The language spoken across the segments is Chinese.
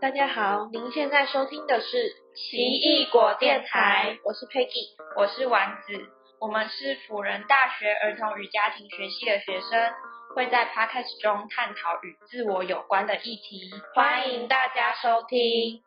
大家好，您现在收听的是奇异果电台， 我是 Peggy， 我是丸子，我们是辅仁大学儿童与家庭学系的学生，会在 Podcast 中探讨与自我有关的议题，欢迎大家收听。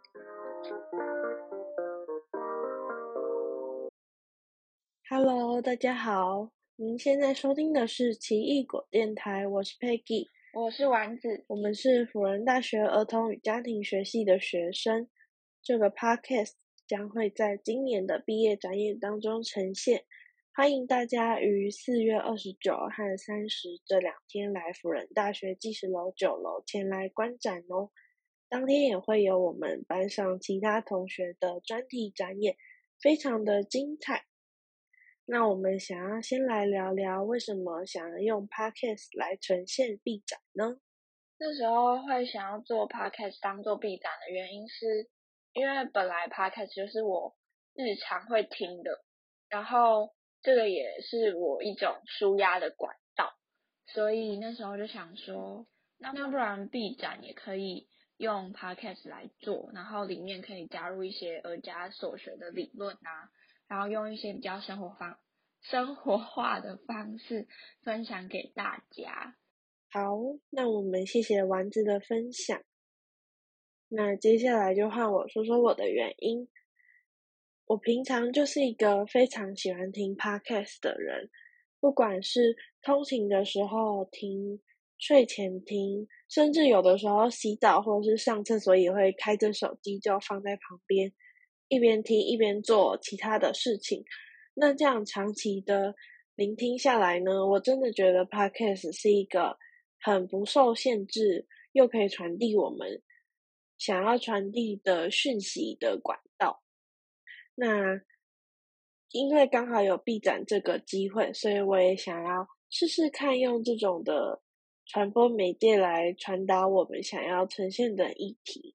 Hello， 大家好，您现在收听的是奇异果电台，我是 Peggy， 我是丸子， 我们是辅仁大学儿童与家庭学系的学生。这个 Podcast 将会在今年的毕业展演当中呈现，欢迎大家于4月29和30这2天来辅仁大学纪实楼9楼前来观展哦。当天也会有我们班上其他同学的专题展演，非常的精彩。那我们想要先来聊聊为什么想要用 Podcast 来呈现毕展呢？ 那时候会想要做 Podcast 当做毕展的原因是，因为本来 Podcast 就是我日常会听的，然后这个也是我一种抒压的管道，所以那时候就想说，那不然毕展也可以用 Podcast 来做，然后里面可以加入一些儿家所学的理论啊，然后用一些比较生活化的方式分享给大家。 好，那我们谢谢丸子的分享。那接下来就换我说说我的原因。我平常就是一个非常喜欢听 podcast 的人，不管是通勤的时候听、睡前听，甚至有的时候洗澡或者是上厕所也会开着手机就放在旁边，一边听一边做其他的事情。那这样长期的聆听下来呢，我真的觉得 podcast 是一个很不受限制，又可以传递我们想要传递的讯息的管道。那因为刚好有毕展这个机会，所以我也想要试试看用这种的传播媒介来传达我们想要呈现的议题。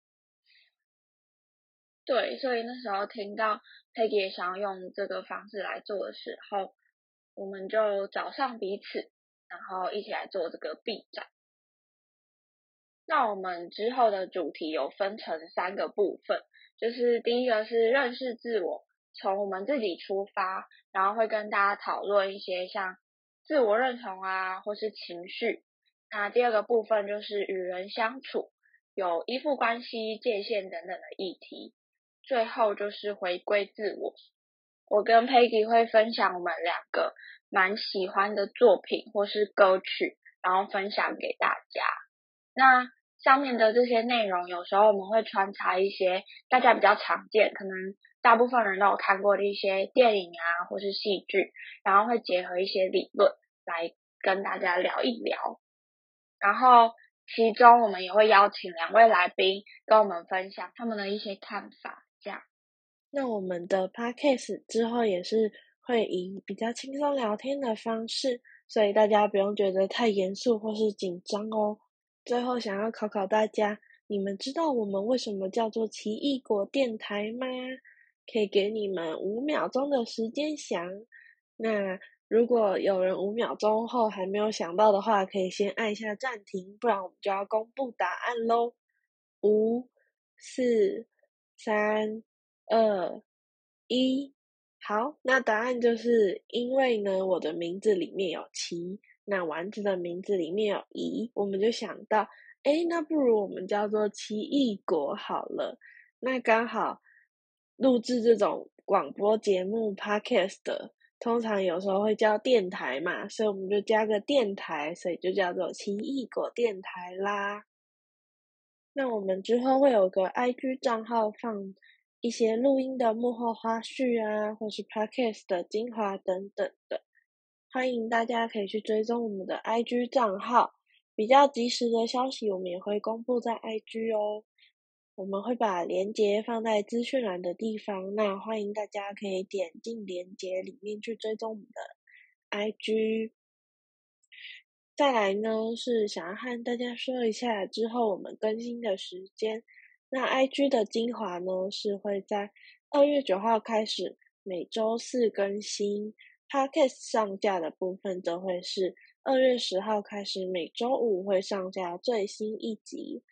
对，所以那时候听到 Peggy 也想要用这个方式来做的时候，我们就找上彼此，然后一起来做这个毕展。那我们之后的主题有分成3个部分，就是第一个是认识自我，从我们自己出发，然后会跟大家讨论一些像自我认同啊，或是情绪。那第二个部分就是与人相处，有依附关系、界限等等的议题。最后就是回归自我。我跟 Peggy 会分享我们2个蛮喜欢的作品或是歌曲，然后分享给大家。那上面的这些内容，有时候我们会穿插一些大家比较常见，可能大部分人都有看过的一些电影啊，或是戏剧，然后会结合一些理论来跟大家聊一聊。然后其中我们也会邀请2位来宾跟我们分享他们的一些看法。这样， 那我们的 podcast 之后也是会以比较轻松聊天的方式，所以大家不用觉得太严肃或是紧张哦。最后想要考考大家，你们知道我们为什么叫做奇异果电台吗？可以给你们5秒钟的时间想。那如果有人5秒钟后还没有想到的话，可以先按一下暂停，不然我们就要公布答案咯。5、4、3、2、1，好，那答案就是因为呢，我的名字里面有奇，那丸子的名字里面有宜，我们就想到，那不如我们叫做奇异果好了。那刚好录制这种广播节目 podcast 的，通常有时候会叫电台嘛，所以我们就加个电台，所以就叫做奇异果电台啦。那我们之后会有个 IG 账号，放一些录音的幕后花絮啊，或是 Podcast 的精华等等的，欢迎大家可以去追踪我们的 IG 账号，比较及时的消息我们也会公布在 IG 哦。我们会把连结放在资讯栏的地方，那欢迎大家可以点进连结里面去追踪我们的 IG。再来呢，是想要和大家说一下之后我们更新的时间。那 IG 的精华呢，是会在2月9号开始每周4更新， Podcast 上架的部分则会是2月10号开始每周5会上架最新一集。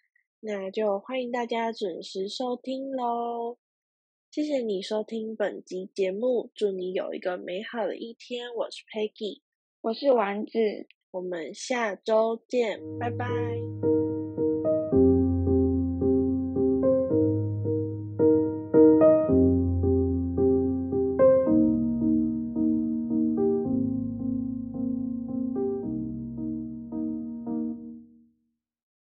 那就欢迎大家准时收听咯。谢谢你收听本集节目，祝你有一个美好的一天。我是 Peggy， 我是丸子， 我们下周见，拜拜。